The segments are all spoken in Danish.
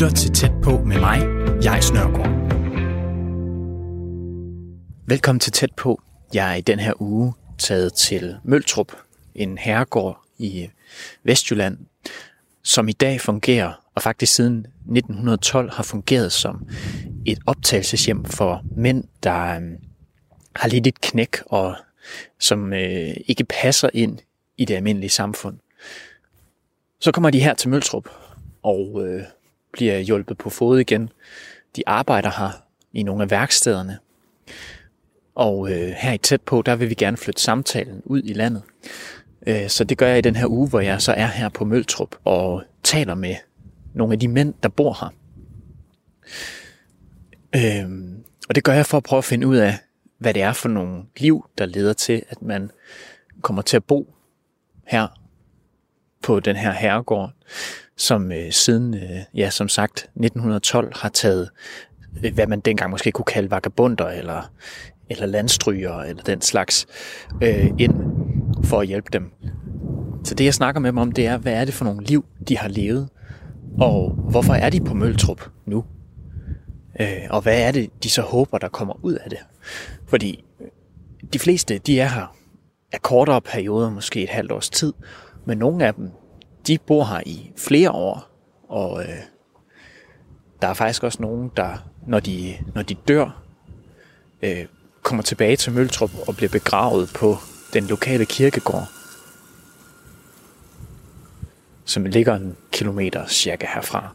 lytter til Tæt på med mig, Jais Nørgaard. Velkommen til Tæt på. Jeg er i den her uge taget til Møltrup, en herregård i Vestjylland, som i dag fungerer, og faktisk siden 1912 har fungeret som et optagelseshjem for mænd, der har lidt et knæk, og som ikke passer ind i det almindelige samfund. Så kommer de her til Møltrup og bliver hjulpet på fod igen. De arbejder her i nogle af værkstederne. Og her i Tæt på, der vil vi gerne flytte samtalen ud i landet. Så det gør jeg i den her uge, hvor jeg så er her på Møltrup og taler med nogle af de mænd, der bor her. Og det gør jeg for at prøve at finde ud af, hvad det er for nogle liv, der leder til, at man kommer til at bo her på den her herregård, som siden, som sagt, 1912 har taget, hvad man dengang måske kunne kalde vagabunder eller landstrygere eller den slags, ind for at hjælpe dem. Så det jeg snakker med dem om, det er, hvad er det for nogle liv, de har levet, og hvorfor er de på Møltrup nu? Og hvad er det, de så håber, der kommer ud af det? Fordi de fleste, de er her af kortere perioder, måske et halvt års tid, men nogle af dem, de bor her i flere år, og der er faktisk også nogen, der, når de dør, kommer tilbage til Møltrup og bliver begravet på den lokale kirkegård, som ligger en kilometer cirka herfra.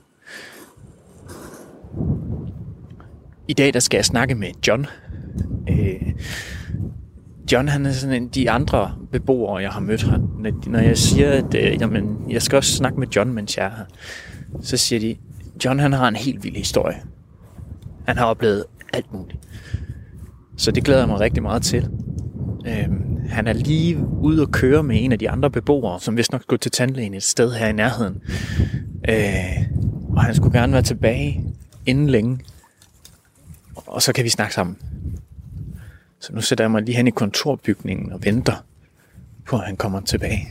I dag der skal jeg snakke med John. John, han er sådan en af de andre beboere, jeg har mødt her. Når jeg siger, at jeg skal også snakke med John, mens jeg er her, så siger de, John han har en helt vild historie. Han har oplevet alt muligt. Så det glæder jeg mig rigtig meget til. Han er lige ude at køre med en af de andre beboere, som vist nok skulle til tandlægen et sted her i nærheden. Og han skulle gerne være tilbage inden længe. Og så kan vi snakke sammen. Så nu sætter jeg mig lige hen i kontorbygningen og venter på, at han kommer tilbage.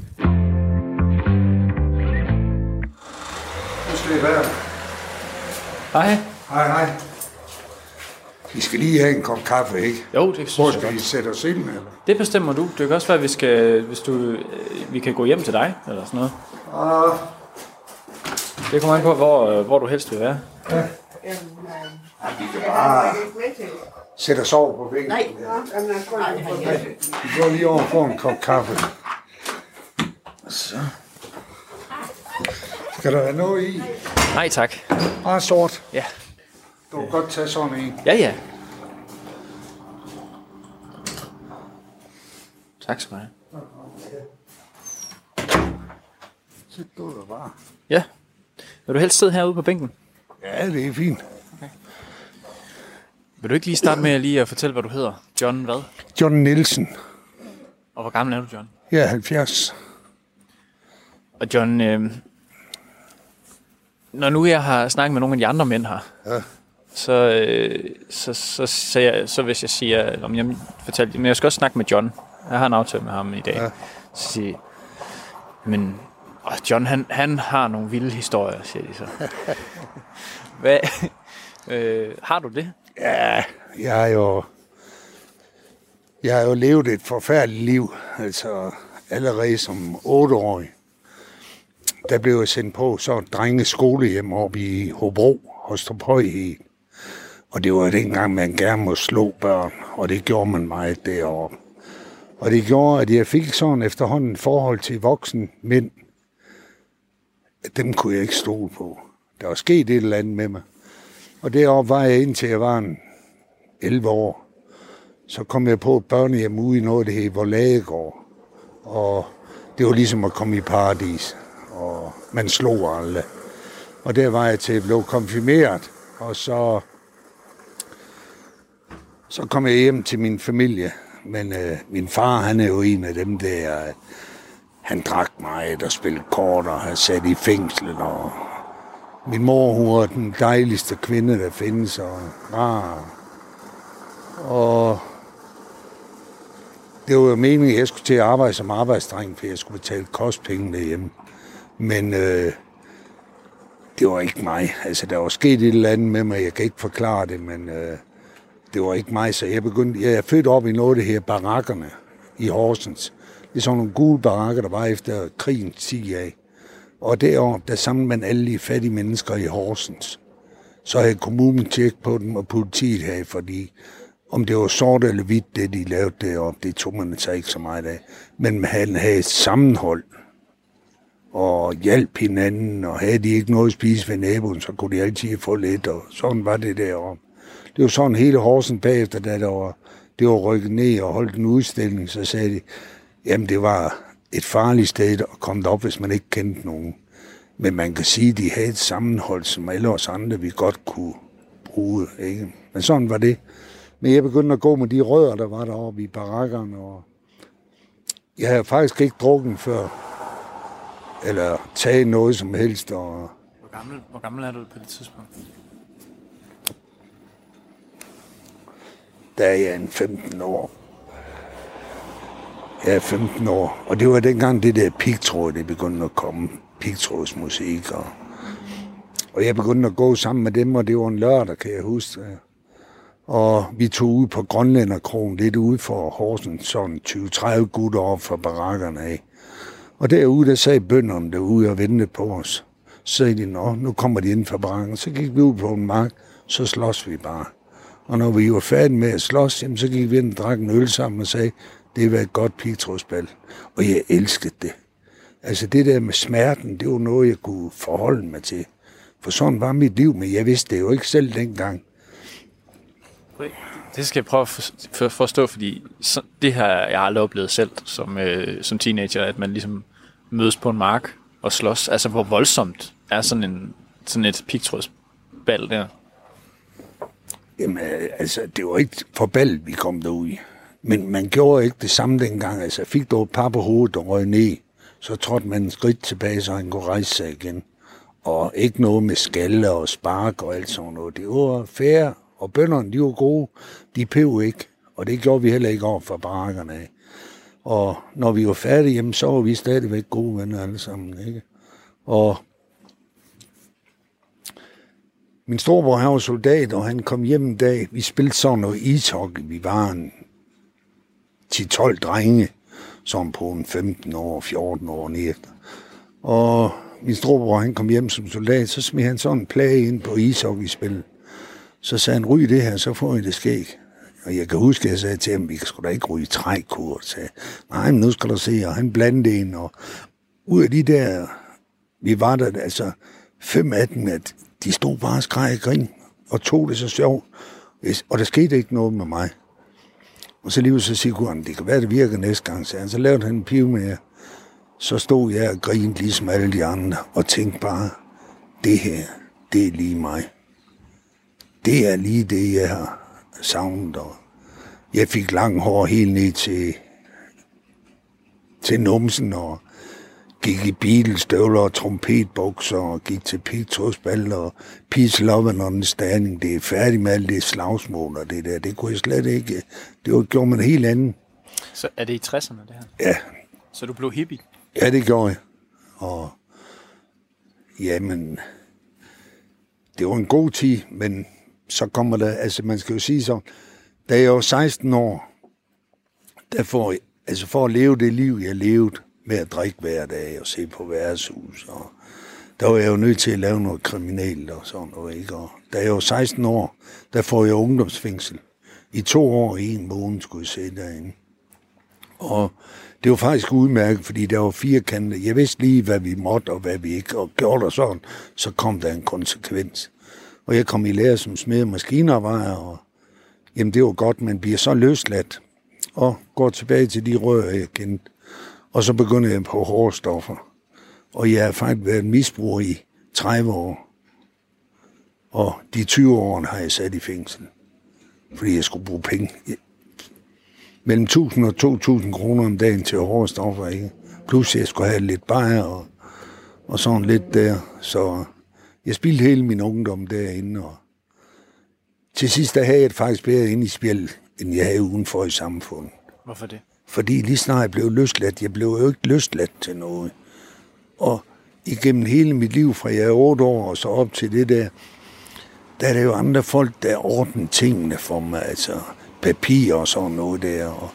Nu skal I være. Hej. Hej. Vi skal lige have en kop kaffe, ikke? Jo, det synes Hvor jeg skal godt. vi sætte os ind, eller? Det bestemmer du. Det kan også være, vi kan gå hjem til dig, eller sådan noget. Det kommer an på, hvor du helst vil være. Ja. Vi kan bare sætte os over på bænken. Nej. Vi går lige over og får en kop kaffe. Så. Skal der være noget i? Nej, tak. Bare sort. Ja. Du kan godt tage sådan en. Ja. Tak skal du have. Så du der bare. Ja. Vil du helst sidde herude på bænken? Ja, det er fint. Vil du ikke lige starte med lige at fortælle, hvad du hedder? John hvad? John Nielsen. Og hvor gammel er du, John? Jeg er 70. Og John, når nu jeg har snakket med nogle af de andre mænd her, Ja. så hvis jeg siger, om jeg fortæller, men jeg skal også snakke med John. Jeg har en aftale med ham i dag. Ja. Så siger jeg, men John, han har nogle vilde historier, siger de så. Hvad, har du det? Ja, jeg har jo levet et forfærdeligt liv. Altså allerede som 8-årig. Der blev jeg sendt på så et drengeskolehjem oppe i Hobro, Hostruphøj. Og det var dengang, man gerne må slå børn, og det gjorde man meget deroppe. Og det gjorde, at jeg fik sådan efterhånden forhold til voksne mænd. Dem kunne jeg ikke stole på. Der var sket et eller andet med mig. Og deroppe var jeg indtil jeg var 11 år. Så kom jeg på et børnehjem ude i noget, der hed Vorlagegård. Og det var ligesom at komme i paradis. Og man slog aldrig. Og der var jeg til at blive konfirmeret. Og så kom jeg hjem til min familie. Men min far, han er jo en af dem der. Han drak meget og spillede kort og havde sat i fængslet. Og min mor, hun var den dejligste kvinde, der findes. Og det var jo meningen, at jeg skulle til at arbejde som arbejdsdreng, for jeg skulle betale kostpenge derhjemme. Men det var ikke mig. Altså, der var sket et eller andet med mig, jeg kan ikke forklare det, men det var ikke mig, så jeg er født op i noget af det her barakkerne i Horsens. Det er sådan nogle gule barakker, der var efter krigen 10 af. Og deroppe, der samlede man alle de fattige mennesker i Horsens. Så havde kommunen tjekket på dem, og politiet havde, fordi om det var sort eller hvidt, det de lavede deroppe, det tog man sig ikke så meget af. Men man havde et sammenhold, og hjalp hinanden, og havde de ikke noget at spise ved naboen, så kunne de altid få lidt, og sådan var det deroppe. Det var sådan hele Horsens bagefter, da det var rykket ned og holdt en udstilling, så sagde de, jamen det var et farligt sted at komme op, hvis man ikke kendte nogen. Men man kan sige, at de havde et sammenhold, som alle os andre, vi godt kunne bruge. Ikke? Men sådan var det. Men jeg begyndte at gå med de rødder, der var deroppe i barakkerne. Og jeg havde faktisk ikke drukket før, eller taget noget som helst. Og Hvor gammel er du på det tidspunkt? Der er jeg en 15 år. Jeg er 15 år, og det var dengang det der pigtråd, det begyndte at komme. Pigtrådsmusik, og jeg begyndte at gå sammen med dem, og det var en lørdag, kan jeg huske. Og vi tog ud på Grønlænderkrogen, lidt ude for Horsens, sådan 20-30 gutter op fra barakkerne af. Og derude, der sad bønderne derude og ventede på os. Så sagde de, nu kommer de ind fra barakken. Så gik vi ud på en mark, så slås vi bare. Og når vi var færdige med at slås, jamen, så gik vi ind og drak en øl sammen og sagde, det var et godt pigtrådsbal. Og jeg elskede det. Altså det der med smerten, det var noget, jeg kunne forholde mig til. For sådan var mit liv, men jeg vidste det jo ikke selv dengang. Det skal jeg prøve at forstå, fordi det har jeg aldrig oplevet selv som teenager, at man ligesom mødes på en mark og slås. Altså hvor voldsomt er sådan et pigtrådsbal der? Jamen altså, det var ikke for bal, vi kom derud. Men man gjorde ikke det samme dengang. Altså fik du et par på hovedet og røg ned, så trådte man en skridt tilbage, så han kunne rejse sig igen. Og ikke noget med skalle og spark og alt sådan noget. Det var fair, og bønderne, de var gode. De pev ikke, og det gjorde vi heller ikke over for barakkerne af. Og når vi var færdige, jamen, så var vi stadigvæk gode venner alle sammen. Ikke? Og min storebror, han var soldat, og han kom hjem en dag. Vi spillede sådan noget ishockey. Vi var en 10-12 drenge, som på en 15 år, 14 år ned efter. Og min storebror, han kom hjem som soldat, så smed han sådan en plage ind på ishockeyspil. Så sagde han, ryg det her, så får I det skæg. Og jeg kan huske, at jeg sagde til ham, vi kan sgu da ikke ryge trækur. Så sagde, nej, men nu skal du se, og han blandede en. Og ud af de der, vi var der, altså 5 af dem, at de stod bare og skreg og grin, og tog det så sjovt. Og der skete ikke noget med mig. Og så lige så siger han, det kan være, det virker næste gang. Så lavede han en pive med jer. Så stod jeg og grinede ligesom alle de andre, og tænkte bare, det her, det er lige mig. Det er lige det, jeg har savnet. Og jeg fik langt hår helt ned til numsen, og gik i bilstøvler og trompetbukser, og gik til pigtrådsbal og Peace, Love and Understanding. Det er færdigt med alt det slagsmål og det der. Det kunne jeg slet ikke. Det gjorde man helt andet. Så er det i 60'erne, det her? Ja. Så du blev hippie? Ja, det gjorde jeg. Og jamen, det var en god tid, men så kommer der, altså man skal jo sige så, da jeg var 16 år, der for at leve det liv, jeg levede med at drikke hver dag og se på værtshus, og der var jeg jo nødt til at lave noget kriminelt og sådan noget, ikke? Og da jeg var 16 år, der får jeg ungdomsfængsel. I 2 år og 1 måned skulle jeg sidde derinde. Og det var faktisk udmærket, fordi der var 4 kanter. Jeg vidste lige, hvad vi måtte og hvad vi ikke, og gjorde der sådan, så kom der en konsekvens. Og jeg kom i lære som smed og maskinarbejder, og jamen det var godt, man bliver så løsladt, og går tilbage til de rører, jeg kendte. Og så begynder jeg på hårde stoffer. Og jeg har faktisk været misbruger i 30 år. Og de 20 år har jeg sat i fængsel, fordi jeg skulle bruge penge. Mellem 1.000 og 2.000 kroner om dagen til hårde stoffer, ikke? Plus jeg skulle have lidt bajer og sådan lidt der. Så jeg spildte hele min ungdom derinde. Og til sidst der havde jeg faktisk bedre inde i spil, end jeg havde udenfor i samfundet. Hvorfor det? Fordi lige snart jeg blev løsladt, jeg blev jo ikke løsladt til noget. Og igennem hele mit liv, fra jeg er 8 år og så op til det der er det jo andre folk, der ordner tingene for mig, altså papir og sådan noget der. Og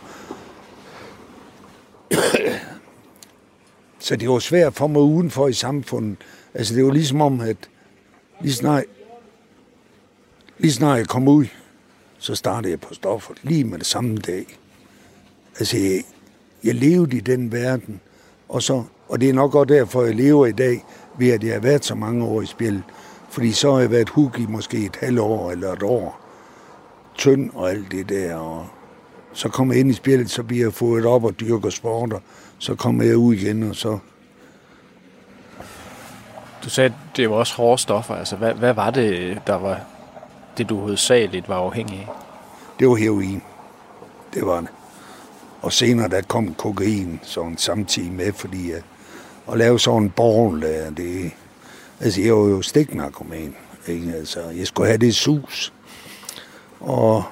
så det var svært for mig udenfor i samfundet. Altså det var ligesom om, at lige snart jeg kom ud, så startede jeg på stoffer lige med det samme dag. Altså jeg levede i den verden, og det er nok godt derfor, jeg lever i dag, ved at jeg har været så mange år i spjældet. Fordi så har jeg været hook i måske et halvt år eller et år. Tynd og alt det der. Og så kommer jeg ind i spjældet, så bliver jeg fået op og dyrker sport, og så kommer jeg ud igen, og så... Du sagde, at det var også hårde stoffer. Altså, hvad var det, der var det, du hovedsageligt var afhængig af? Det var heroin. Det var det. Og senere der kom kokain sådan samtidig med, fordi at lave sådan en borgel, det... Altså, jeg var jo stiknarkoman, ikke? Altså, jeg skulle have det sus. Og...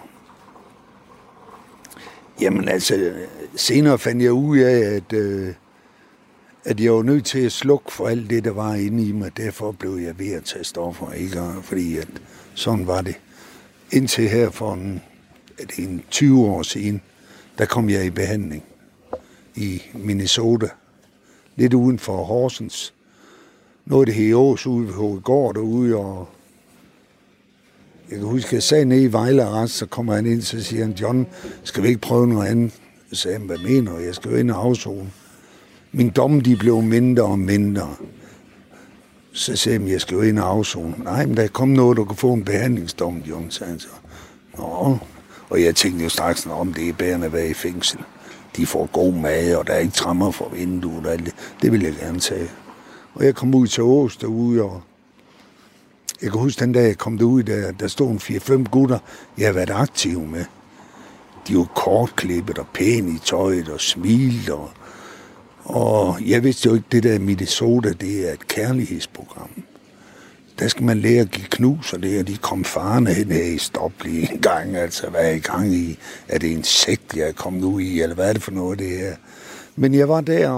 Jamen, altså, senere fandt jeg ud af, at jeg var nødt til at slukke for alt det, der var inde i mig. Derfor blev jeg ved at tage stoffer, ikke? Fordi at sådan var det. Indtil her for en 20 år siden, der kom jeg i behandling i Minnesota. Lidt uden for Horsens. Noget af det her års ude ved Hovedgård derude, og jeg kan huske, at jeg sagde nede i Vejle Arrest, så kommer han ind, så siger han, John, skal vi ikke prøve noget andet? Så sagde han, hvad mener du? Jeg skal jo ind og afzone. Min domme, de blev mindre og mindre. Så sagde han, jeg skal jo ind og afzone. Nej, men der kom noget, du kan få en behandlingsdom, John, sagde han så. Nå, og jeg tænkte jo straks, om det er bedre at være i fængsel. De får god mad, og der er ikke trammer for vinduet og alt det. Det vil jeg gerne tage. Og jeg kom ud til Ås derude, og jeg kan huske den dag, jeg kom derud, der stod en 4-5 gutter, jeg har været aktiv med. De var kortklippet og pæne i tøjet og smilte, og jeg vidste jo ikke, det der Minnesota, det er et kærlighedsprogram. Der skal man lære at give knus, og de kom farne hen her i stop lige en gang, altså hvad er i gang i? Er det en sekt, jeg er kommet ud i, eller hvad er det for noget, det her? Men jeg var der,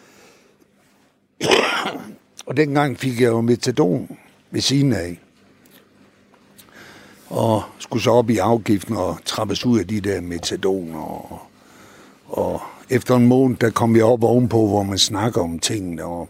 og dengang fik jeg jo metadon ved siden af. Og skulle så op i afgiften og trappes ud af de der metadoner. Og efter en måned, der kom jeg op ovenpå, hvor man snakker om tingene op.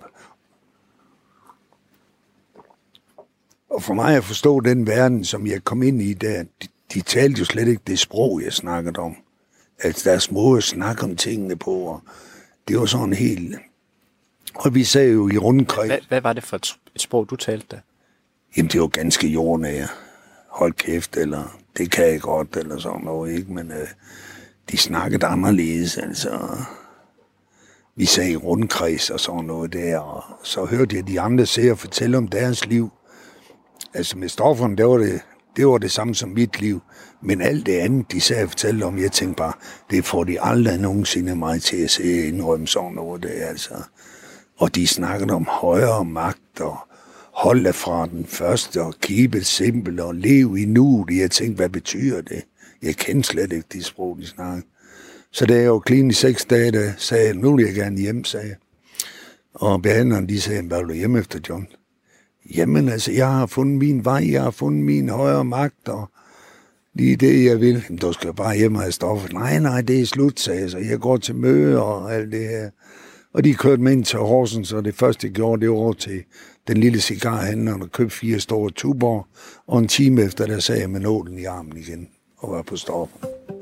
Og for mig at forstå den verden, som jeg kom ind i der, de talte jo slet ikke det sprog, jeg snakkede om. Altså deres måde at snakke om tingene på, og det var sådan helt... Og vi sagde jo i rundkreds... Hvad var det for et sprog, du talte da? Jamen, det var ganske jordnære. Hold kæft, eller det kan jeg godt, eller sådan noget, ikke? Men de snakkede anderledes, altså... Vi sagde i rundkreds og sådan noget der, og så hørte jeg de andre seere fortælle om deres liv. Altså med stofferne, det var det samme som mit liv. Men alt det andet, de sagde og fortalte om, jeg tænkte bare, det får de aldrig nogensinde mig til at se indrømme sådan noget der, altså... Og de snakkede om højere magt, og holde fra den første, og keep it simple, og leve i nuet. Jeg tænkte, hvad betyder det? Jeg kendte slet ikke de sprog, de snakkede. Så da jeg var clean i 6 dage, der sagde jeg, nu vil jeg gerne hjem, sagde jeg. Og behandleren, de sagde, hvad vil du hjem efter, John? Jamen, altså, jeg har fundet min vej, jeg har fundet min højere magt, og lige det, jeg vil. Jamen, du skal bare hjem og have stoffet. Nej, det er slut, sagde jeg, så jeg går til møde og alt det her. Og de kørte mig ind til Horsens, og det første, jeg gjorde, det var over til den lille cigarhandler, og købte 4 store tuborg, og en time efter, der sagde jeg med nålen i armen igen, og var på stoffer.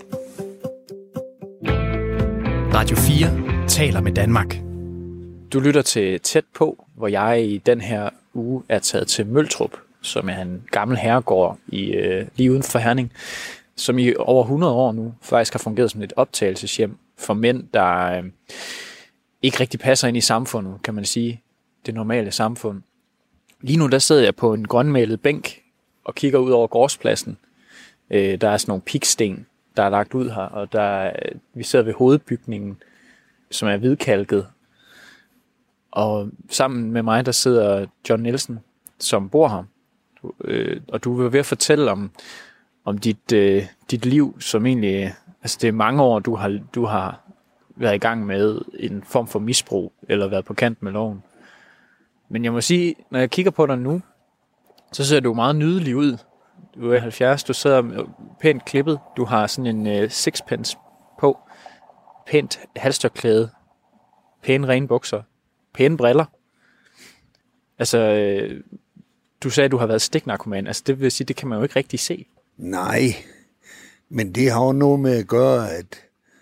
Radio 4 taler med Danmark. Du lytter til Tæt på, hvor jeg i den her uge er taget til Møltrup, som er en gammel herregård lige uden for Herning, som i over 100 år nu faktisk har fungeret som et optagelseshjem for mænd, der ikke rigtig passer ind i samfundet, kan man sige. Det normale samfund. Lige nu der sidder jeg på en grønmalet bænk og kigger ud over gårdspladsen. Der er sådan nogle piksten, der er lagt ud her, og vi sidder ved hovedbygningen, som er hvidkalket. Og sammen med mig, der sidder John Nielsen, som bor her. Og du vil ved at fortælle om dit liv, som egentlig... Altså det er mange år, du har været i gang med en form for misbrug, eller været på kant med loven. Men jeg må sige, når jeg kigger på dig nu, så ser du meget nydelig ud. Du er 70, du sidder pænt klippet, du har sådan en sixpence på, pænt halstørklæde, pæne rene bukser, pæne briller. Altså, du sagde, at du har været stiknarkoman. Altså, det vil sige, det kan man jo ikke rigtig se. Nej, men det har jo noget med at gøre, at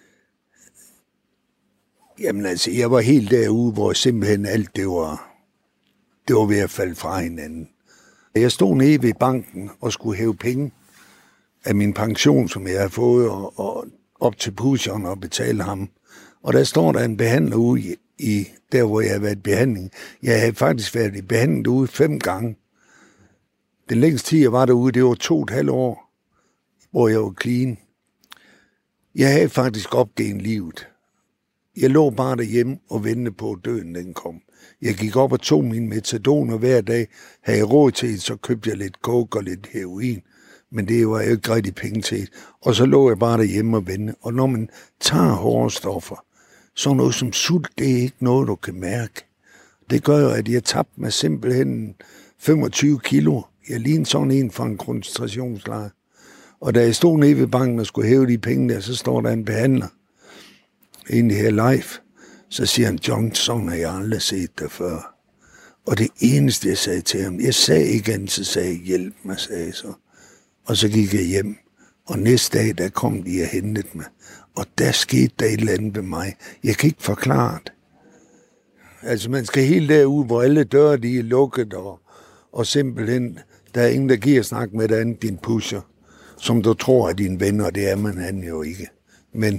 jamen altså, jeg var helt derude, hvor simpelthen alt det var ved at falde fra hinanden. Jeg stod nede ved banken og skulle hæve penge af min pension, som jeg havde fået, og op til pusheren og betale ham. Og der står der en behandler ude i der, hvor jeg havde været i behandling. Jeg havde faktisk været i behandling derude 5 gange. Den længste tid, jeg var derude, det var 2,5 år, hvor jeg var clean. Jeg havde faktisk opgivet livet. Jeg lå bare derhjemme og ventede på, at døden den kom. Jeg gik op og tog mine metadoner hver dag. Havde jeg råd til det, så købte jeg lidt coke og lidt heroin. Men det var ikke rigtig penge til. Og så lå jeg bare derhjemme og ventede. Og når man tager hårde stoffer, så noget som sult, det er ikke noget, du kan mærke. Det gør jo, at jeg tabte mig simpelthen 25 kilo. Jeg lignede sådan en fra en koncentrationslejr. Og da jeg stod nede ved banken og skulle hæve de penge der, så står der en behandler. Egentlig her live. Så siger han, John, sådan har jeg aldrig set dig før. Og det eneste, jeg sagde til ham, jeg sagde ikke andet, så sagde hjælp mig, sagde jeg så. Og så gik jeg hjem. Og næste dag, der kom de og hentede mig. Og der skete der et eller andet ved mig. Jeg kan ikke forklare det. Altså, man skal helt derude, hvor alle døre, de er lukket, og simpelthen, der er ingen, der giver snak med dig andet din pusher, som du tror er din ven, og det er han jo ikke. Men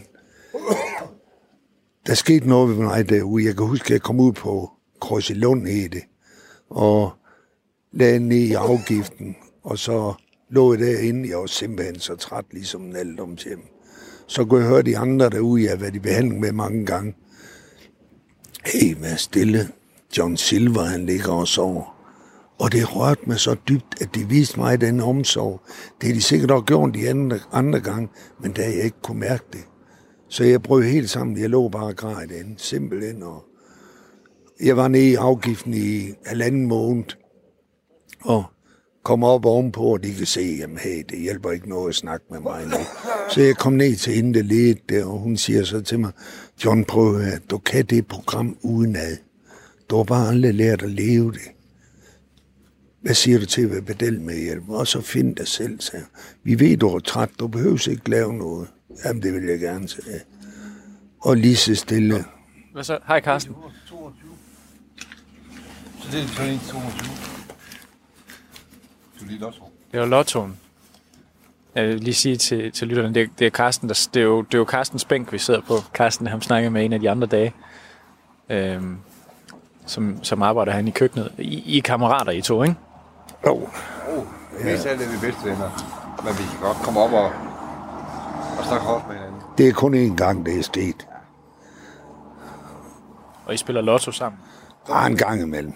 der skete noget ved mig derude. Jeg kan huske, at jeg kom ud på Krøselund hed det, og lagde ned i afgiften, og så lå jeg derinde. Jeg var simpelthen så træt, ligesom en alderdomshjem. Så kunne jeg høre de andre derude, jeg har været i behandling med mange gange. Hey, vær stille. John Silver, han ligger og sover. Og det rørte mig så dybt, at de viste mig den omsorg. Det har de sikkert også gjort de andre gange, men da jeg ikke kunne mærke det. Så jeg brød helt sammen. Jeg lå bare og græd derinde, simpelthen. Og jeg var nede i afgiften i 1,5 måned, og kom op ovenpå, og de kan se, jamen hey, det hjælper ikke noget at snakke med mig nu. Så jeg kom ned til hende, der ledte der, og hun siger så til mig, John, prøv at du kan det program udenad. Du har bare aldrig lært at leve det. Hvad siger du til at være pedel med hjælp? Og så find dig selv, sagde vi ved, du er træt, du behøver ikke lave noget. Jamen, det vil jeg gerne sige. Og lige så stille. Hvad så? Hej, Carsten. 22. Så det er sådan en 22. Du lige lotto. Det var lottoen. Jeg vil lige sige til lytterne, det er Carsten, det er jo Carstens bænk, vi sidder på. Carsten, ham snakker med en af de andre dage, som arbejder herinde i køkkenet. I er kammerater, I to, ikke? Jo. Mest af alt er vi bedste venner. Men vi kan godt komme op og snakke hårdt med hinanden. Det er kun én gang, det er sket. Og I spiller lotto sammen? En gang imellem.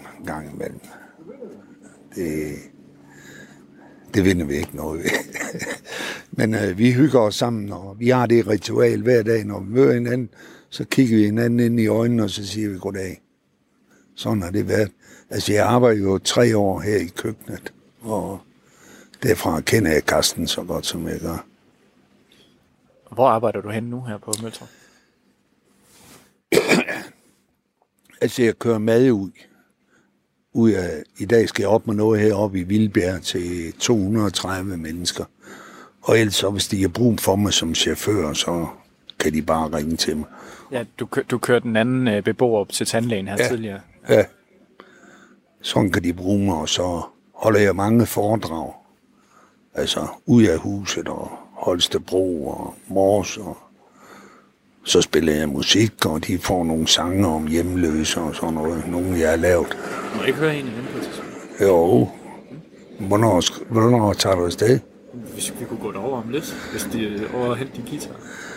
Det vinder vi ikke noget ved. Men vi hygger os sammen, og vi har det ritual hver dag, når vi møder hinanden, så kigger vi hinanden ind i øjnene, og så siger vi goddag. Sådan har det været. Altså, jeg arbejder jo 3 år her i køkkenet, og derfra kender jeg Carsten så godt, som jeg gør. Hvor arbejder du henne nu her på Møltrup? Altså, jeg kører mad ud af, i dag skal jeg op med noget heroppe i Vildbjerg til 230 mennesker. Og ellers så, hvis de har brug for mig som chauffør, så kan de bare ringe til mig. Ja, du kørte den anden beboer op til tandlægen her tidligere. Ja, sådan kan de bruge mig, og så holder jeg mange foredrag. Altså, ud af huset og Holstebro og Mors, og så spiller jeg musik, og de får nogle sange om hjemløse og sådan noget. Nogle, jeg har lavet. Må jeg ikke høre en igen på det? Jo. Hvornår tager du afsted? Hvis vi kunne gå derover om lidt, hvis de overhælder din guitar.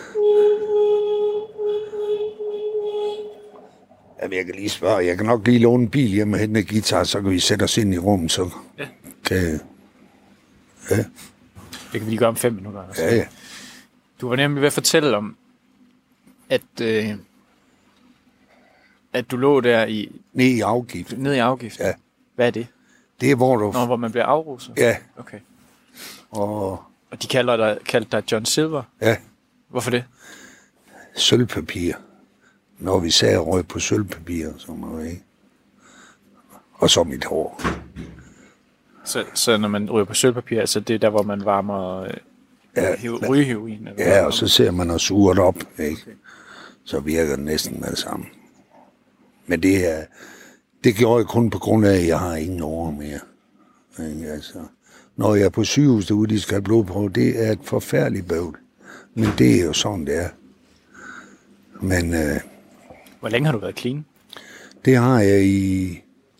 Jamen, jeg kan lige spørge. Jeg kan nok lige låne en bil hjemme og hente en guitar, så kan vi sætte os ind i rummet, så ja. Kan... Ja. Det kan vi lige gøre om 5 minutter. Altså. Ja. Du var nemlig ved at fortælle om, at At du lå der ned i afgift. Ned i afgift? Ja. Hvad er det? Det er, hvor du... hvor man bliver afruset? Ja. Okay. Og de kaldte dig John Silver? Ja. Hvorfor det? Sølvpapir. Når vi sagde røg på sølvpapir og sådan noget, ikke? Og så mit hår. Så når man ryger på sølvpapir, så det er der, hvor man varmer rygeheroin? Ja, og så ser man og suger det op, ikke? Okay. Så virker det næsten med det samme. Men det gjorde jeg kun på grund af, at jeg har ingen år mere. Ikke? Altså, når jeg er på sygehus derude, de skal have blodprøve, det er et forfærdeligt bøvl. Men det er jo sådan, det er. Men... Hvor længe har du været clean? Det har jeg i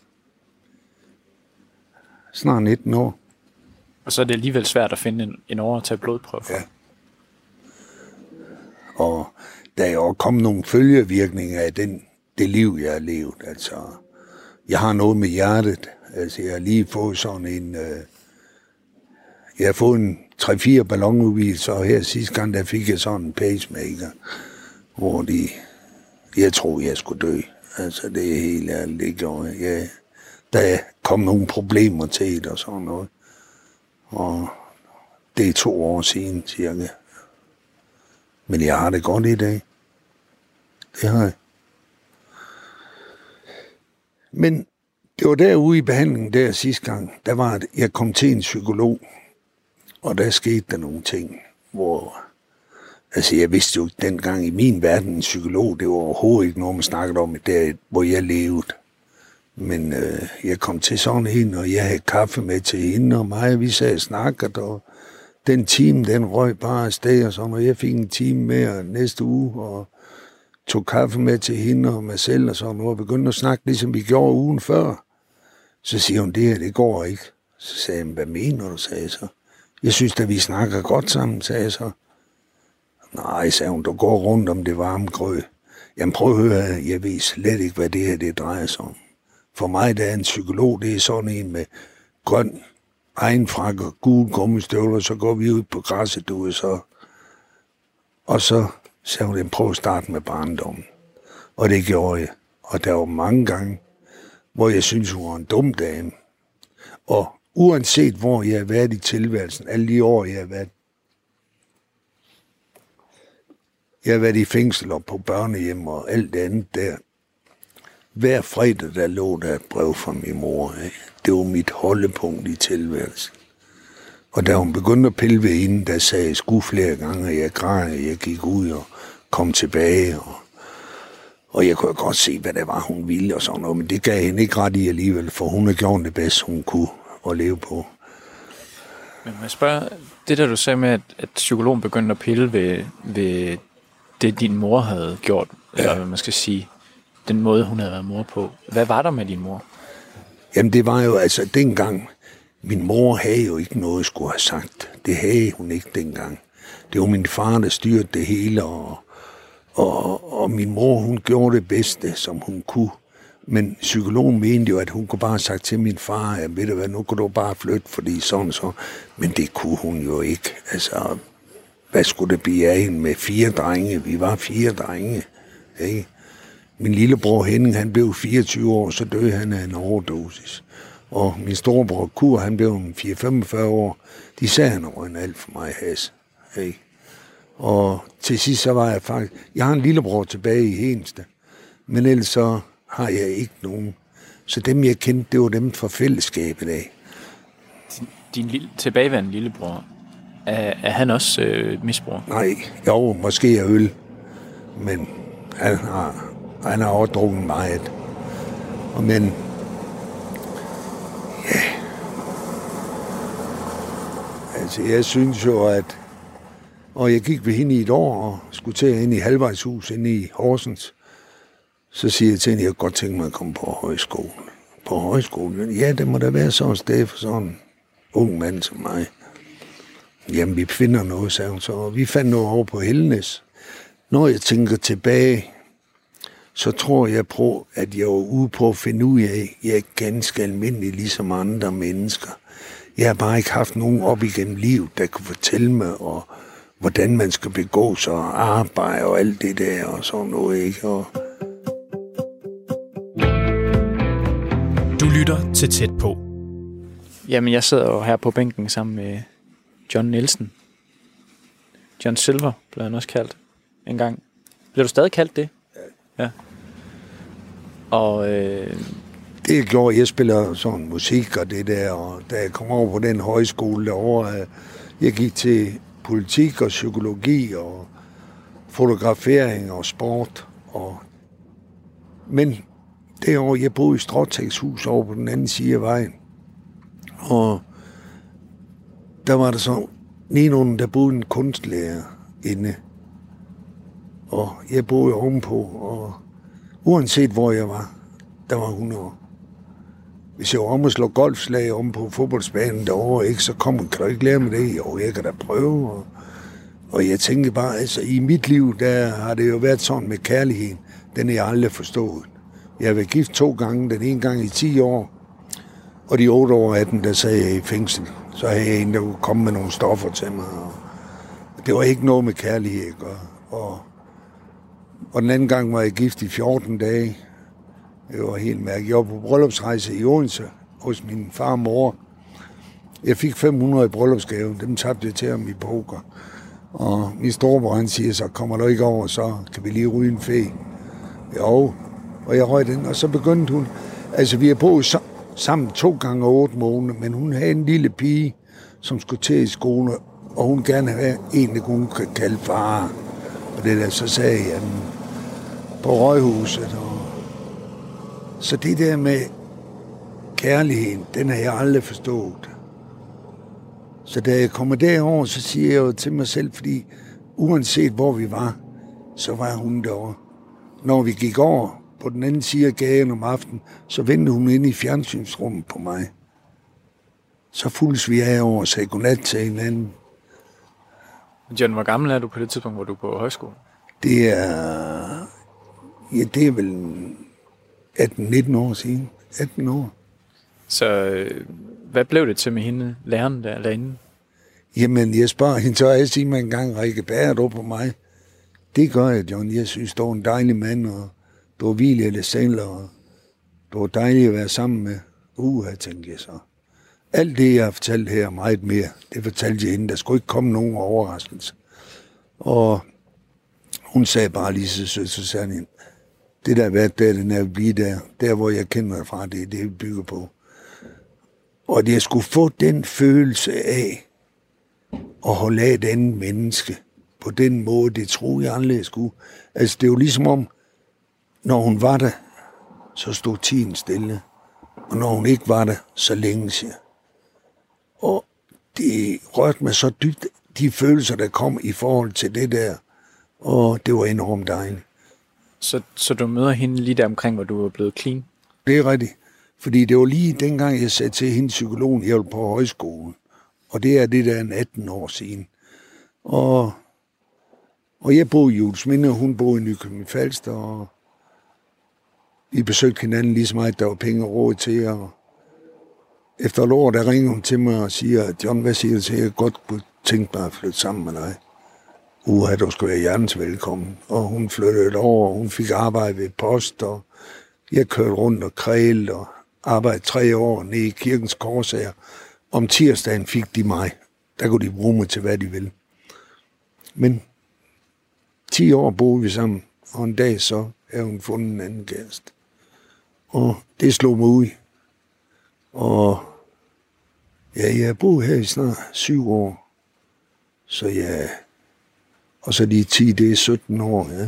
snart 19 år. Og så er det alligevel svært at finde en år at tage blodprøve for. Ja. Og der er jo kommet nogle følgevirkninger af det liv, jeg har levet. Altså, jeg har noget med hjertet. Altså, jeg har lige fået sådan en... jeg har fået en 3-4 ballonudvidelser, og her sidste gang, der fik jeg sådan en pacemaker, hvor jeg troede, jeg skulle dø. Altså, det er helt ærligt, det gjorde jeg. Der kom nogle problemer til det og sådan noget. Og det er 2 år siden, cirka. Men jeg har det godt i dag. Det har jeg. Men det var derude i behandlingen der sidste gang, der var, at jeg kom til en psykolog, og der skete der nogle ting, hvor... Altså, jeg vidste jo dengang i min verden, en psykolog, det var overhovedet ikke noget, man snakkede om, der, hvor jeg levede. Men jeg kom til sådan en, og jeg havde kaffe med til hende, og mig, vi sad og snakkede, og den time, den røg bare afsted, og sådan, og jeg fik en time mere næste uge, og tog kaffe med til hende og mig selv, og sådan, og begyndte at snakke, ligesom vi gjorde ugen før. Så siger hun, det går ikke. Så sagde jeg, hvad mener du, sagde jeg så. Jeg synes, at vi snakker godt sammen, sagde jeg så. Nej, sagde hun, du går rundt om det varme grød. Jamen prøv at høre, jeg ved slet ikke, hvad det her det drejer sig om. For mig, der er en psykolog, det er sådan en med grøn egenfrak og gule gummistøvler, så går vi ud på græsset, du, så. Og så sagde hun, prøv at starte med barndommen. Og det gjorde jeg. Og der var mange gange, hvor jeg synes, hun var en dum dame. Og uanset hvor jeg har været i tilværelsen, alle de år, jeg har været i fængsel og på børnehjem og alt det andet der. Hver fredag, der lå der et brev fra min mor. Ikke? Det var mit holdepunkt i tilværelsen. Og da hun begyndte at pille ved hende, der sagde jeg sgu flere gange, at jeg græd, jeg gik ud og kom tilbage. Og jeg kunne godt se, hvad det var, hun ville og sådan noget. Men det gav hende ikke ret i alligevel, for hun har gjort det bedst, hun kunne at leve på. Men man spørger, det der du sagde med, at psykologen begyndte at pille ved det, din mor havde gjort, eller hvad man skal sige, den måde, hun havde været mor på. Hvad var der med din mor? Jamen, det var jo altså dengang, min mor havde jo ikke noget, skulle have sagt. Det havde hun ikke dengang. Det var min far, der styrede det hele, og min mor, hun gjorde det bedste, som hun kunne. Men psykologen mente jo, at hun kunne bare have sagt til min far, at ved du hvad, nu kan du bare flytte, fordi sådan så. Men det kunne hun jo ikke. Altså, hvad skulle det blive af hende med 4 drenge? Vi var 4 drenge, ikke? Min lillebror Henning, han blev 24 år, så døde han af en overdosis. Og min storebror Kur, han blev 4-45 år. De sagde, han var en alt for mig has. Ikke? Og til sidst så var jeg faktisk... Jeg har en lillebror tilbage i Hedensted, men ellers så har jeg ikke nogen. Så dem, jeg kendte, det var dem fra fællesskabet af. Din tilbageværende lillebror, er han også misbruger? Nej, jo, måske er øl, men han har også drukket meget. Men ja, altså jeg synes jo, at... Og jeg gik ved hende i et år og skulle til ind i halvvejshus inde i Horsens. Så siger jeg til hende, at jeg godt tænke mig at komme på højskolen. På højskolen? Ja, det må da være sådan et sted for sådan en ung mand som mig. Jamen, vi finder noget, sagde hun så. Og vi fandt noget over på Hellenes. Når jeg tænker tilbage, så tror jeg på, at jeg var ude på at finde ud af, at jeg er ganske almindelig, ligesom andre mennesker. Jeg har bare ikke haft nogen op igennem livet, der kunne fortælle mig, hvordan man skal begå sig og arbejde og alt det der og sådan noget, ikke? lytter til Tæt på. Jamen, jeg sidder jo her på bænken sammen med John Nielsen. John Silver blev han også kaldt engang. Bliver du stadig kaldt det? Ja. Og det jeg gjorde, jeg spiller sådan musik og det der, og da jeg kom over på den højskole derovre, jeg gik til politik og psykologi og fotografering og sport. Men derovre, jeg boede i Stråtækshus over på den anden side af vejen. Og der var der så nedenunder, der boede en kunstlærer inde. Og jeg boede ovenpå, og uanset hvor jeg var, der var hun over. Hvis jeg var om at slå golfslag om på fodboldsbanen derovre, ikke, så kan du ikke lære med det. Jo, jeg kan da prøve. Og jeg tænker bare, altså i mit liv, der har det jo været sådan med kærligheden. Den er jeg aldrig forstået. Jeg har været gift 2 gange, den ene gang i 10 år. Og de 8 år af den, der sad jeg i fængsel. Så havde jeg en, der kunne komme med nogle stoffer til mig. Og det var ikke noget med kærlighed at gøre. Og den anden gang var jeg gift i 14 dage. Det var helt mærkeligt. Jeg var på bryllupsrejse i Odense hos min far og mor. Jeg fik 500 i bryllupsgave. Dem tabte jeg til ham i poker. Og min storebror, han siger, så kommer du ikke over, så kan vi lige ryge en fæ. Jo, og jeg røg den, og så begyndte hun. Altså, vi har boet sammen 2 gange 8 måneder, men hun havde en lille pige, som skulle til i skole, og hun gerne have en, der kunne kalde far. Og det der, så sagde jeg, på Røghuset. Så det der med kærligheden, den har jeg aldrig forstået. Så da jeg kommer derover, så siger jeg jo til mig selv, fordi uanset hvor vi var, så var hun derovre. Når vi gik over på den anden side af gaden om aftenen, så vendte hun ind i fjernsynsrummet på mig. Så fulgtes vi af over og sagde godnat til hinanden. John, hvor gammel er du på det tidspunkt, hvor du er på højskole? Det er vel 18-19 år siden. 18 år. Så hvad blev det til med hende, læreren derinde? Jamen, jeg spørger hende, så jeg siger mig en gang, Rikke, bærer du på mig? Det gør jeg, John. Jeg synes, du er en dejlig mand, og du er villig eller sælger, og du er dejlig at være sammen med. Tænkte jeg så. Alt det, jeg har fortalt her, meget mere, det fortalte jeg hende. Der skulle ikke komme nogen overraskelse. Og hun sagde bare lige så sagde hende, det der har været der, den er blive der hvor jeg kender dig fra, det er det, vi bygger på. Og at jeg skulle få den følelse af at holde af et andet menneske på den måde, det troede jeg aldrig, jeg skulle. Altså, det er jo ligesom om, når hun var der, så stod tiden stille. Og når hun ikke var der, så længes jeg. Og det rørte mig så dybt, de følelser, der kom i forhold til det der. Og det var enormt dejligt. Så du møder hende lige der omkring, hvor du er blevet clean? Det er rigtigt. Fordi det var lige dengang, jeg sagde til hende psykologen, jeg var på højskolen. Og det er det der 18 år siden. Og jeg boede i Juelsminde, og hun boede i Nykøbing Falster, og vi besøgte hinanden lige så meget, der var penge og råd til. Og efter et år, der ringer hun til mig og siger, John, hvad siger du til, jeg godt kunne tænke mig at flytte sammen med dig. Du skulle være hjertens velkommen. Og hun flyttede over, og hun fik arbejde ved post, og jeg kørte rundt og krælede og arbejdede 3 år nede i Kirkens Korsager. Om tirsdagen fik de mig. Der kunne de bruge mig til, hvad de ville. Men 10 år boede vi sammen, og en dag så havde hun fundet en anden kæreste. Og det slog mig ud. Og ja, jeg har boet her i snart 7 år. Så ja, og så de 10, det er 17 år, ja.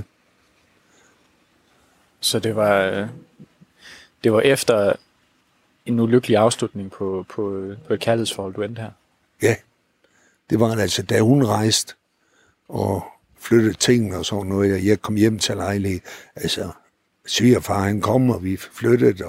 Så det var efter en ulykkelig afslutning på et kærlighedsforhold, du endte her? Ja, det var altså, da hun rejste og flyttede tingene og sådan noget, jeg kom hjem til lejlighed. Altså, svigerfar, han kom, og vi flyttede,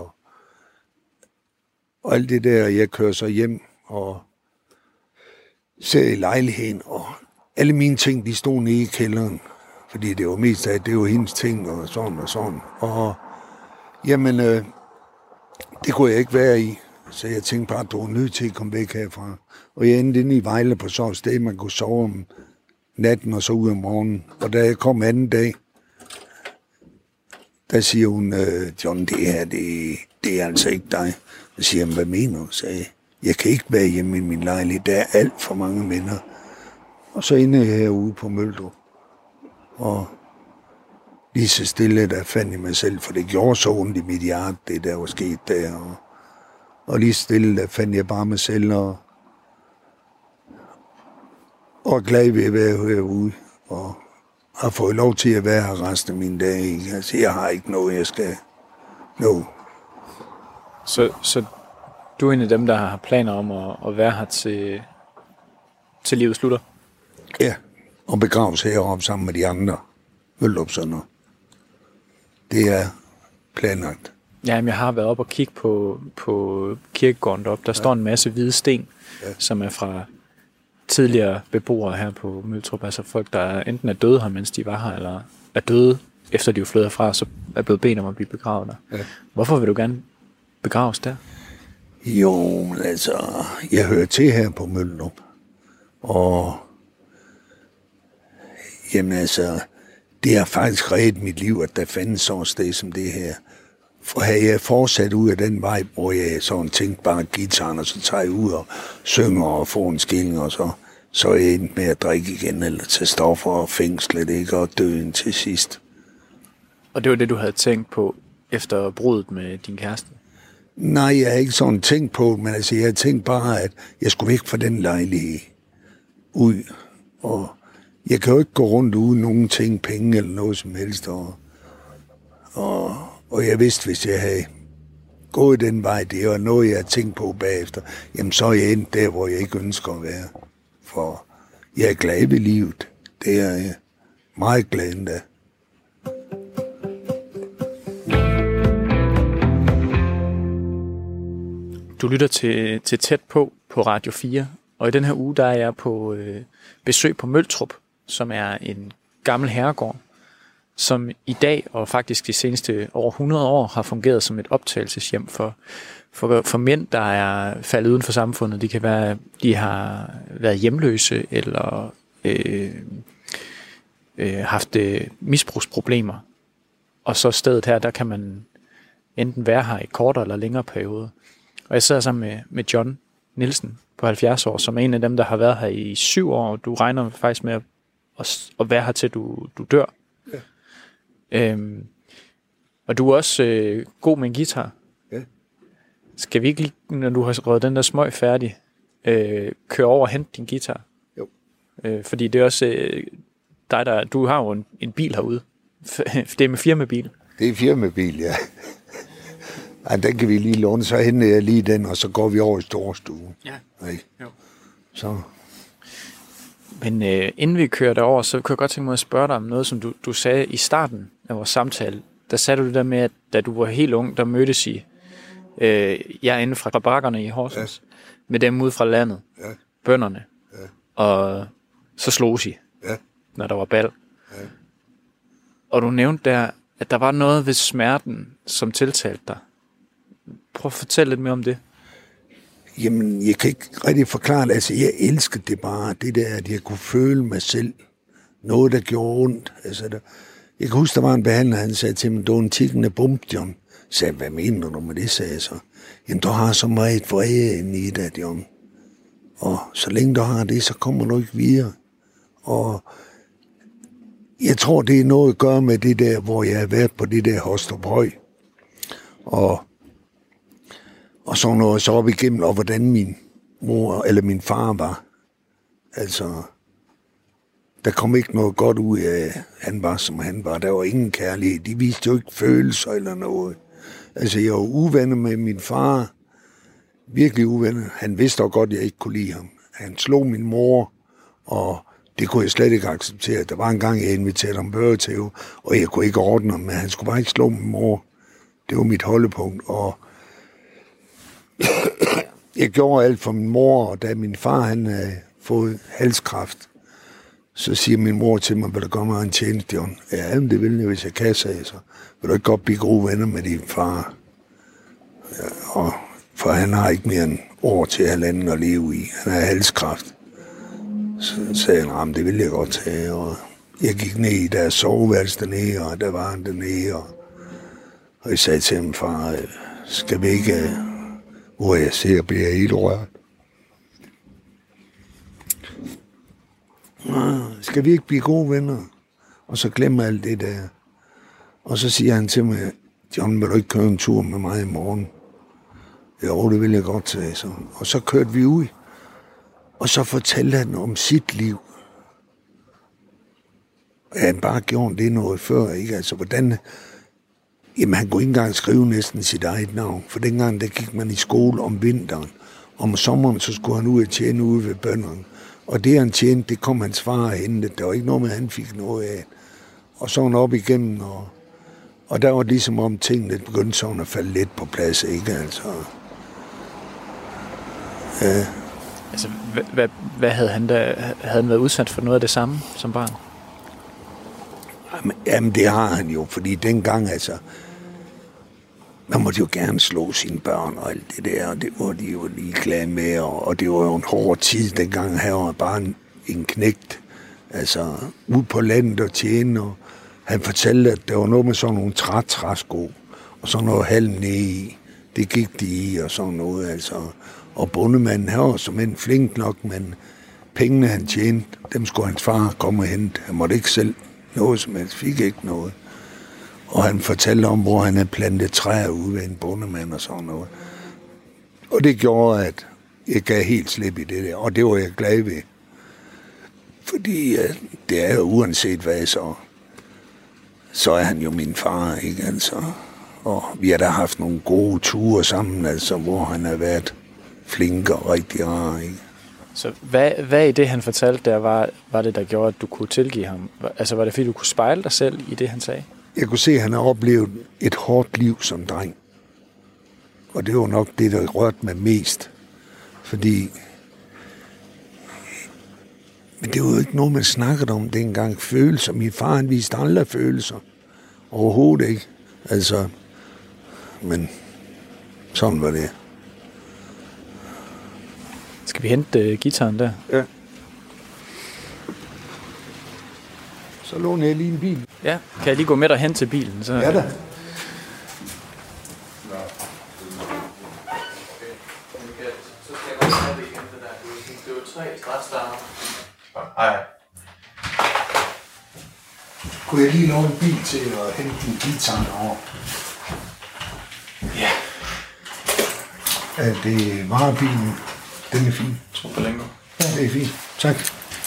og alt det der, jeg kører så hjem og ser i lejligheden, og alle mine ting, de stod nede i kælderen, fordi det var mest af, det var hendes ting, og sådan og sådan. Og jamen, det kunne jeg ikke være i, så jeg tænkte bare, at du var nødt til at komme væk herfra. Og jeg endte inde i Vejle på så et sted, man kunne sove om natten og så ud om morgenen. Og da jeg kom anden dag, der siger hun, John, det her, det er altså ikke dig. Så siger han, hvad mener du? Så jeg kan ikke være hjemme i min lejlighed. Der er alt for mange minder. Og så inde jeg herude på Møldrup. Og lige så stille, der fandt jeg mig selv, for det gjorde så ondt i mit hjerte, det der var sket der. Og lige stille, der fandt jeg bare mig selv, og glad ved at være herude, og har fået lov til at være her resten af mine dage. Ikke? Altså, jeg har ikke noget, jeg skal nå. Så du er en af dem, der har planer om at være her til livet slutter? Ja, og begraves heroppe sammen med de andre Møldrupsønner. Det er planlagt. Ja, jeg har været op og kigge på kirkegården deroppe. Der står en masse hvide sten, som er fra tidligere beboere her på Møldrup. Altså folk, der enten er døde her, mens de var her, eller er døde, efter de er flyttet fra, så er blevet bedt om at blive begravet der. Ja. Hvorfor vil du gerne begraves der? Jo, altså, jeg hører til her på Møldrup. Og jamen altså, det har faktisk reddet mit liv, at der fandtes sådan et sted som det her. For havde jeg fortsat ud af den vej, hvor jeg sådan tænkte bare guitaren, og så tager jeg ud og synger og får en skilling, og så er jeg endt med at drikke igen, eller tage stoffer og fængslet, ikke, og døden til sidst. Og det var det, du havde tænkt på efter bruddet med din kæreste? Nej, jeg har ikke sådan tænkt på, men altså, jeg havde tænkt bare, at jeg skulle væk fra den lejlighed ud, og jeg kan jo ikke gå rundt uden nogen ting, penge eller noget som helst, og jeg vidste, hvis jeg havde gået den vej, det var noget, jeg havde tænkt på bagefter, jamen så er jeg endt der, hvor jeg ikke ønsker at være. For jeg er glad ved livet. Det er jeg meget glad endda. Du lytter til Tæt på Radio 4, og i den her uge, der er jeg på besøg på Møldrup, som er en gammel herregård, som i dag og faktisk de seneste over 100 år har fungeret som et optagelseshjem for mænd, der er faldet uden for samfundet. Det kan være, de har været hjemløse eller haft misbrugsproblemer. Og så stedet her, der kan man enten være her i kortere eller længere periode. Og jeg sidder sammen med John Nielsen på 70 år, som er en af dem, der har været her i 7 år, og du regner faktisk med at være her til du dør. Ja. Og du er også god med en guitar. Ja. Skal vi ikke, når du har røget den der smøg færdig, køre over og hente din guitar? Jo. Fordi det er også dig, du har jo en bil herude. Det er med firmabil. Det er firmabil, ja. Ej, den kan vi lige låne, så henter jeg lige den, og så går vi over i storstuen. Ja. Nej. Jo. Så. Men inden vi kører derover, så kunne jeg godt tænke mig at spørge dig om noget, som du sagde i starten af vores samtale. Der sagde du det der med, at da du var helt ung, der mødtes I jeg inde fra bakkerne i Horsens, med dem ude fra landet, bønderne, og så slogs I, når der var bal. Ja. Og du nævnte der, at der var noget ved smerten, som tiltalte dig. Prøv at fortælle lidt mere om det. Jamen, jeg kan ikke rigtig forklare det. Altså, jeg elskede det bare. Det der, at jeg kunne føle mig selv. Noget, der gjorde ondt. Altså, jeg kan huske, der var en behandler, han sagde til mig, du er en tikkende bump, John. Så sagde, hvad mener du med det, sagde jeg så. Jamen, du har så meget vrede inde i dig, John. Og så længe du har det, så kommer du ikke videre. Og jeg tror, det er noget at gøre med det der, hvor jeg har været på det der Hostruphøj. Og så noget så op igennem, og hvordan min mor eller min far var. Altså, der kom ikke noget godt ud af, han var som han var. Der var ingen kærlighed. De viste jo ikke følelser eller noget. Altså, jeg var uvenner med min far. Virkelig uvenner. Han vidste også godt, at jeg ikke kunne lide ham. Han slog min mor, og det kunne jeg slet ikke acceptere. Der var en gang, jeg inviterede ham børgetæve, og jeg kunne ikke ordne ham, men han skulle bare ikke slå min mor. Det var mit holdepunkt, og jeg gjorde alt for min mor, og da min far han havde fået halskræft, så siger min mor til mig, vil du gøre mig en tjeneste, John? Ja, det vil jeg, hvis jeg kan, sagde jeg så. Vil du ikke godt blive gode venner med din far? Ja, og for han har ikke mere end år til halvanden at leve i. Han har halskræft. Så sagde han, det ville jeg godt tage, og jeg gik ned i deres soveværelse dernede, og der var han dernede, og Og jeg sagde til ham, far, skal vi ikke, hvor jeg ser, bliver helt rørt. Skal vi ikke blive gode venner? Og så glemmer alt det der. Og så siger han til mig, John, vil du ikke køre en tur med mig i morgen? Jo, det vil jeg godt, sagde så. Og så kørte vi ud. Og så fortalte han om sit liv. Og han bare gjorde det noget før, ikke? Altså, hvordan... Jamen, han kunne ikke engang skrive næsten sit eget navn. For dengang, der gik man i skole om vinteren. Om sommeren, så skulle han ud og tjene ude ved bønderne. Og det, han tjente, det kom hans far og hente. Der var ikke noget med, han fik noget af. Og så han op igennem, og der var det ligesom om tingene begyndte sådan at falde lidt på plads, ikke? Altså... Ja. Altså, hvad havde han da? Havde han været udsat for noget af det samme som barn? Jamen, det har han jo, fordi dengang, altså, man måtte jo gerne slå sine børn og alt det der, og det var de jo ligeglade med, og det var jo en hård tid, dengang han var bare en knægt, altså, ud på landet og tjene, og han fortalte, at der var noget med sådan nogle træsko, og sådan noget halm nede i, det gik de i, og sådan noget, altså, og bondemanden her var som en flink nok, men pengene han tjente, dem skulle hans far komme og hente, han måtte ikke selv noget som helst, fik ikke noget. Og han fortalte om, hvor han havde plantet træer ude ved en bondemand og sådan noget. Og det gjorde, at jeg gav helt slip i det der, og det var jeg glad ved. Fordi det er jo uanset hvad, så er han jo min far, ikke altså. Og vi har da haft nogle gode ture sammen, altså, hvor han har været flink og rigtig rar, ikke? Så hvad i det, han fortalte der, var det, der gjorde, at du kunne tilgive ham? Altså, var det fordi, du kunne spejle dig selv i det, han sagde? Jeg kunne se, at han har oplevet et hårdt liv som dreng. Og det var nok det, der rørte mig mest. Fordi... Men det var jo ikke noget, man snakkede om dengang. Følelser. Min far, han viste aldrig følelser. Overhovedet ikke. Altså... Men... Sådan var det. Skal vi hente guitaren der? Ja. Så låner jeg lige en bil. Ja, kan jeg lige gå med dig hen til bilen? Så... Ja da. Kunne jeg lige låne en bil til at hente din guitar over? Ja. Er det varebilen? Den er fin. Tror på længe. Ja, det er fint. Tak.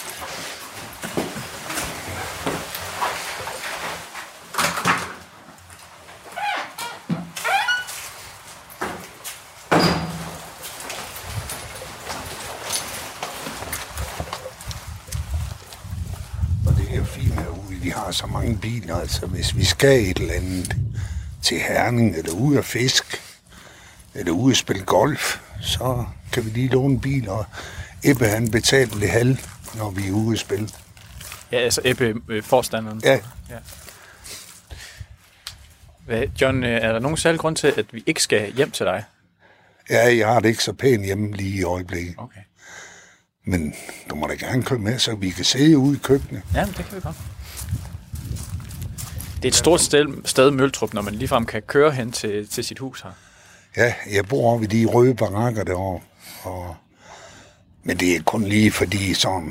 Og det er jo fint herude. Vi har så mange biler, altså hvis vi skal et eller andet til Herning, eller ude at fisk, eller ude at spille golf, så kan vi lige låne en bil, og Ebbe han betaler det halv, når vi er ude at spille. Ja, altså Ebbe, forstanderen. Ja. John, er der nogen særlig grund til, at vi ikke skal hjem til dig? Ja, jeg har det ikke så pænt hjemme lige i øjeblikket. Okay. Men du må da gerne komme med, så vi kan sidde ude i køkkenet. Ja, det kan vi godt. Det er et stort sted Møltrup, når man ligefrem kan køre hen til sit hus her. Ja, jeg bor oppe i de røde barakker derovre. Men det er kun lige fordi sådan...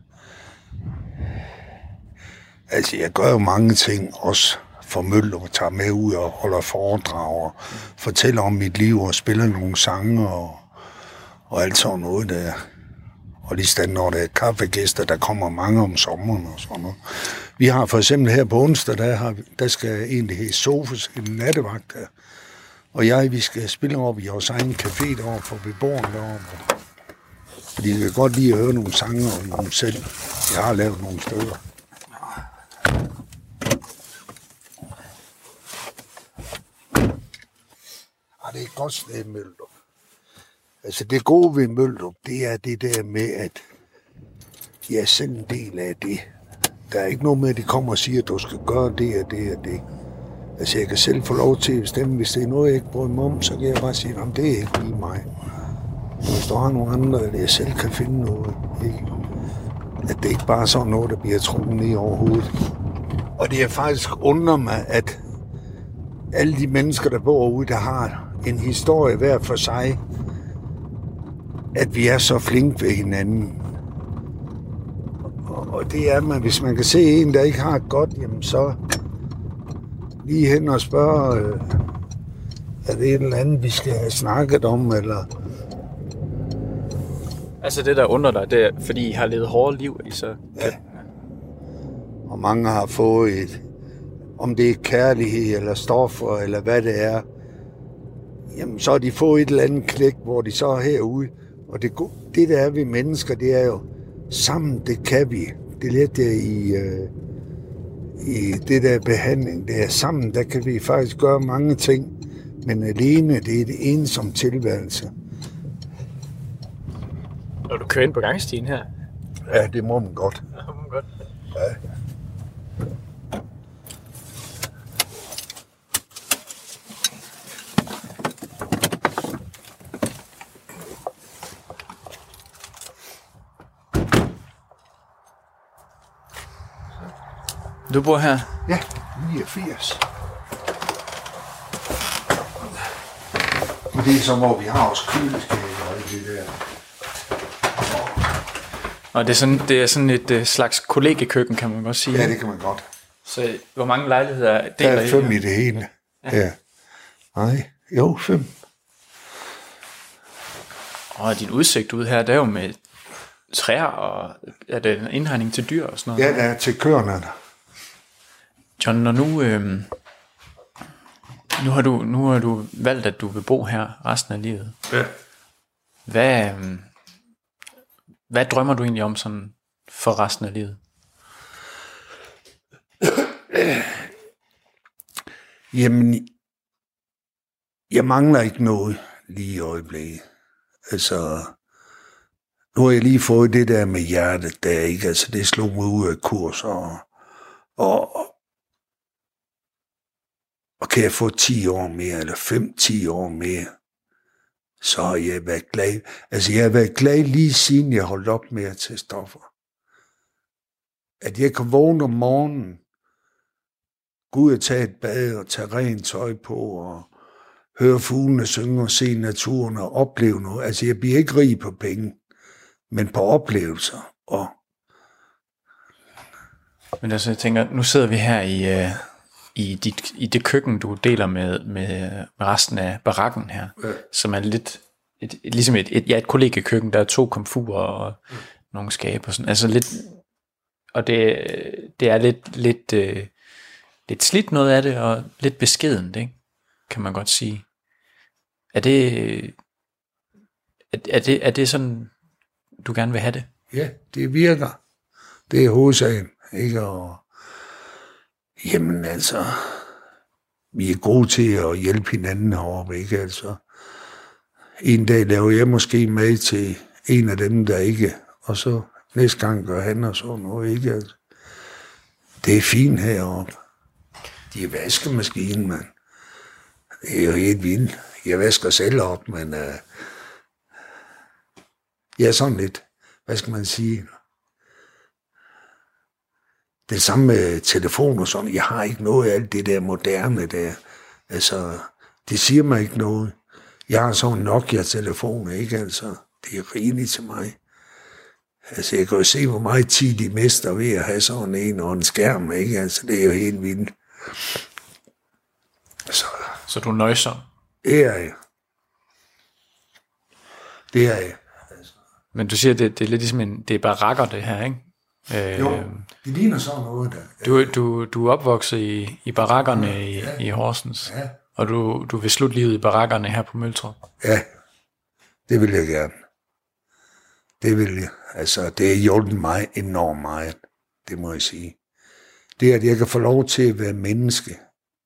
Altså, jeg gør jo mange ting, også for Møltrup, og tager med ud og holder foredrag, og fortæller om mit liv, og spiller nogle sange, og alt sådan noget der. Og lige stand, når der er kaffegæster, der kommer mange om sommeren og sådan noget. Vi har for eksempel her på onsdag, der skal egentlig have Sofus, en nattevagt der. Og vi skal spille op i vores egen café derovre for beboerne derovre. Fordi vi kan godt lide at høre nogle sange og nogle selv. Jeg har lavet nogle stykker. Det er et godt sted, Møltrup. Altså det gode ved Møltrup, det er det der med, at jeg er selv en del af det. Der er ikke noget med, at de kommer og siger, at du skal gøre det og det og det. Altså jeg kan selv få lov til at bestemme, hvis det er noget, jeg ikke bryder mig om, så kan jeg bare sige, at det er ikke lige mig. Hvis der er nogle andre, at jeg selv kan finde noget, ikke? At det ikke bare er sådan noget, der bliver trukket ned over hovedet. Og det er faktisk undrer mig, at alle de mennesker, der bor ude, der har en historie hver for sig, at vi er så flinke ved hinanden. Og det er man, hvis man kan se en, der ikke har et godt, jamen så lige hen og spørge, er det et eller andet, vi skal have snakket om, eller... Altså det, der undrer dig, det er, fordi I har levet hårde liv, I så... Ja. Og mange har fået et, om det er kærlighed, eller stoffer, eller hvad det er, jamen så har de fået et eller andet knæk, hvor de så er herude. Og det der er ved mennesker, det er jo, sammen, det kan vi. Det er lidt der i det der behandling. Det er sammen, der kan vi faktisk gøre mange ting. Men alene, det er det ensomme tilværelse. Når du kører ind på gangstien her? Ja, det må man godt. Ja, det må man godt. Ja. Du bor her? Ja, 89. Og det er så, hvor vi har også køleskab og alt det der. Og det er sådan et slags kollegiekøkken, kan man godt sige. Ja, det kan man godt. Så hvor mange lejligheder Der deler er 5 i det hele. Ja. Nej, jo, 5. Og din udsigt ud her, det er jo med træer, og er det en indhegning til dyr og sådan noget? Ja, der er til køerne. John, når nu har du valgt, at du vil bo her resten af livet. Ja. Hvad drømmer du egentlig om sådan for resten af livet? Jamen, jeg mangler ikke noget lige i øjeblikket. Altså, nu har jeg lige fået det der med hjertet der, ikke? Altså, det slog mig ud af kurs, og kan jeg få 10 år mere, eller 5-10 år mere, så har jeg været glad. Altså, jeg har været glad lige siden jeg holdt op med at tage stoffer. At jeg kan vågne om morgenen, gå ud og tage et bad og tage rent tøj på og høre fuglene synge og se naturen og opleve noget. Altså, jeg bliver ikke rig på penge, men på oplevelser. Men altså, jeg tænker, nu sidder vi her i det køkken, du deler med resten af barakken her, som er lidt ligesom et kollegiekøkken. Der er 2 komfurer og nogle skabe og sådan. Altså lidt, og det er lidt slidt noget af det, og lidt beskedent, ikke? Kan man godt sige. Er det sådan, du gerne vil have det? Ja, det virker. Det er hovedsagen, ikke? Og jamen altså, vi er gode til at hjælpe hinanden heroppe, ikke? Altså, en dag laver jeg måske mad til en af dem, der ikke, og så næste gang gør han og sådan noget, ikke? Altså, det er fint heroppe. De er vaskemaskinen, mand. Det er jo helt vildt. Jeg vasker selv op, men jeg er sådan lidt, hvad skal man sige? Det samme med telefon og sådan. Jeg har ikke noget af alt det der moderne der. Altså, det siger mig ikke noget. Jeg har sådan en Nokia-telefon, ikke? Altså, det er rigeligt til mig. Altså, jeg kan jo se, hvor meget tid de mister ved at have sådan en og en skærm, ikke? Altså, det er jo helt vildt. Så du er nøjsom? Det er jeg. Det er jeg. Altså. Men du siger, det er lidt ligesom det er barakker, det her, ikke? Jo, det ligner sådan noget der. Du er opvokset i barakkerne i Horsens, og du vil slutte livet i barakkerne her på Møltrup. Ja, det vil jeg gerne. Det vil jeg. Altså, det har hjulpet mig enormt meget, det må jeg sige. Det er, at jeg kan få lov til at være menneske,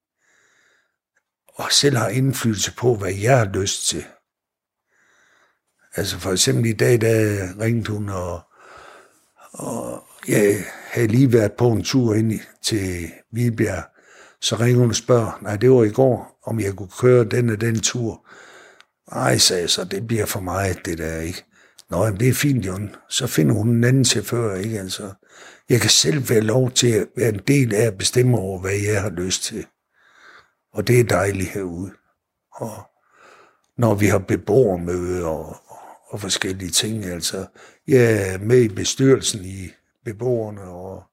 og selv har indflydelse på, hvad jeg har lyst til. Altså for eksempel i dag, der ringte hun, og jeg havde lige været på en tur ind til Vildbjerg, så ringte hun og spørger, nej, det var i går, om jeg kunne køre den tur. Nej, sagde jeg så, det bliver for meget, det der, ikke? Nå, jamen, det er fint, Jon. Så finder hun en anden chauffør, ikke? Altså, jeg kan selv være lov til at være en del af at bestemme over, hvad jeg har lyst til. Og det er dejligt herude. Og når vi har beboermøde og forskellige ting, altså jeg er med i bestyrelsen i beboerne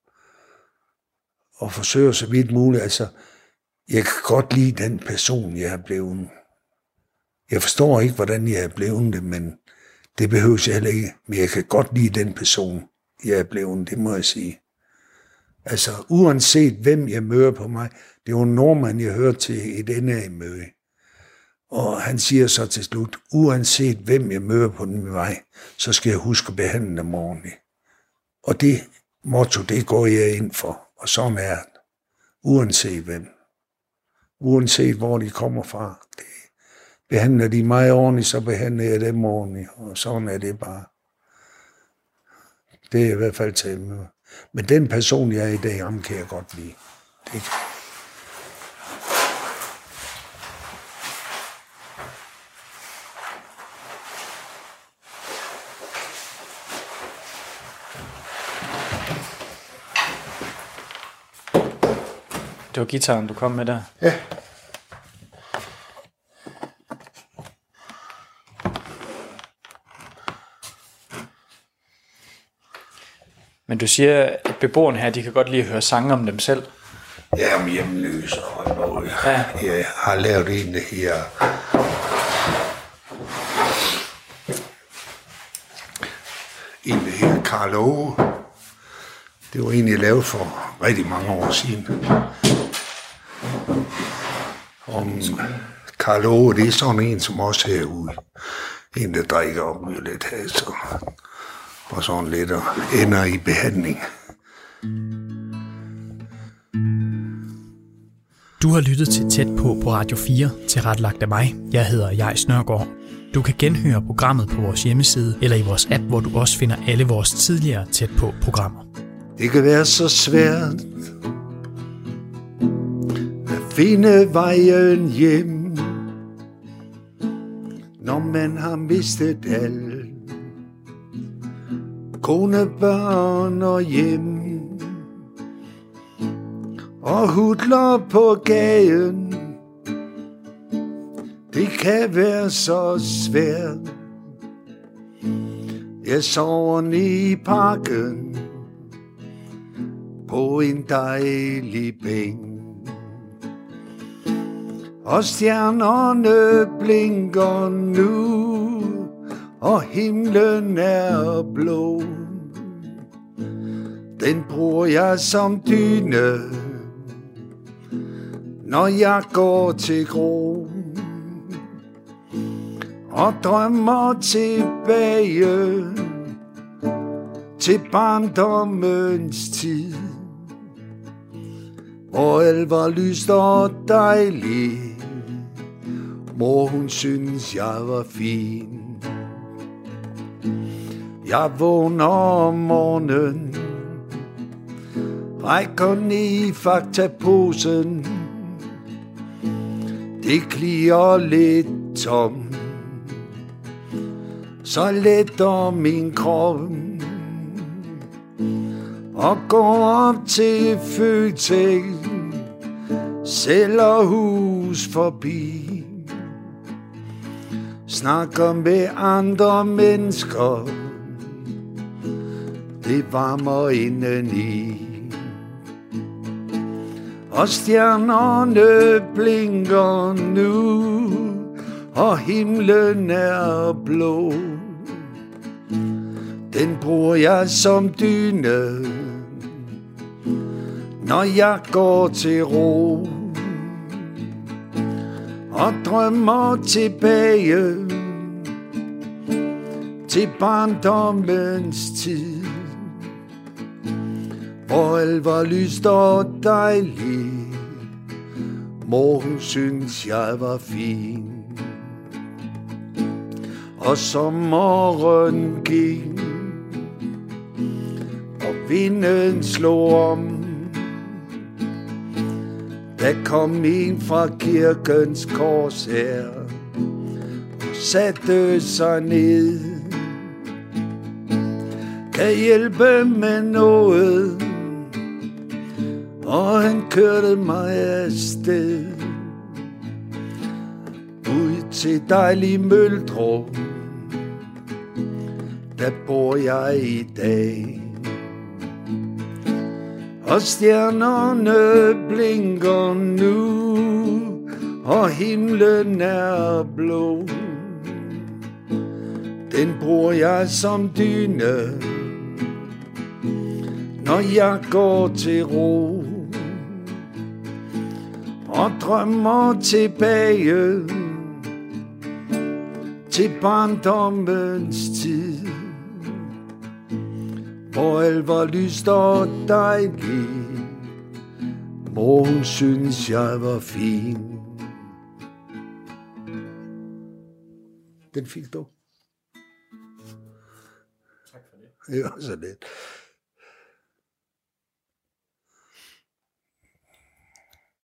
og forsøger så vidt muligt, altså jeg kan godt lide den person, jeg er blevet. Jeg forstår ikke, hvordan jeg er blevet det, men det behøver jeg heller ikke. Men jeg kan godt lide den person, jeg er blevet, det må jeg sige. Altså, uanset hvem jeg møder på mig, det var en nordmand, jeg hørte til et NA-møde. Og han siger så til slut, uanset hvem jeg møder på den vej, så skal jeg huske at behandle dem ordentligt. Og det motto, det går jeg ind for, og sådan er det. Uanset hvem. Uanset hvor de kommer fra. Det behandler de mig ordentligt, så behandler jeg dem ordentligt. Og sådan er det bare. Det er i hvert fald til mig. Men den person, jeg er i dag, ham kan jeg godt lide. Det Det var gitaren, du kom med der. Ja. Men du siger, at beboerne her, de kan godt lide at høre sange om dem selv. Ja, om hjemløse og noget. Ja. Jeg har lavet en her. En her, Karl Åge. Det var en, jeg lavede for rigtig mange år siden. Om Karl Åge, det er sådan en, som også herude. En, der drikker og ryger lidt has og sådan lidt og ender i behandling. Du har lyttet til Tæt på Radio 4, tilrettelagt af mig. Jeg hedder Jais Nørgaard. Du kan genhøre programmet på vores hjemmeside eller i vores app, hvor du også finder alle vores tidligere Tæt på programmer. Det kan være så svært at finde vejen hjem, når man har mistet alt. Kone, børn og hjem, og hudler på gaden. Det kan være så svært. Jeg sover nede i parken på en dejlig bænk, og stjernerne blinker nu, og himlen er blå. Den bruger jeg som dyne, når jeg går til gro, og drømmer tilbage til barndommens tid, hvor alt var lyst og dejligt. Mor, hun synes jeg var fin. Jeg vågner om morgenen, rækker ned i faktaposen. Det klier lidt tom, så letter min krop, og går op til Føtex, sælger hus forbi. Snakker med andre mennesker, det varmer indeni. Og stjernerne blinker nu, og himlen er blå. Den bruger jeg som dyne, når jeg går til ro, og drømmer tilbage til barndommens tid, hvor alt var lyst og dejligt. Mor, hun synes jeg var fin. Og sommeren gik, og vinden slog om. Der kom en fra kirkens kors her, og satte sig ned. Kan hjælpe med noget, og han kørte mig afsted. til dejlig Møldrup, der bor jeg i dag. Og stjernerne blinker nu, og himlen er blå. Den bruger jeg som dyne, når jeg går til ro. Og drømmer tilbage til barndommens tid, hvor alt var lyst og dejligt, hvor hun synes jeg var fin. Den fik du. Tak for det. Det var så lidt.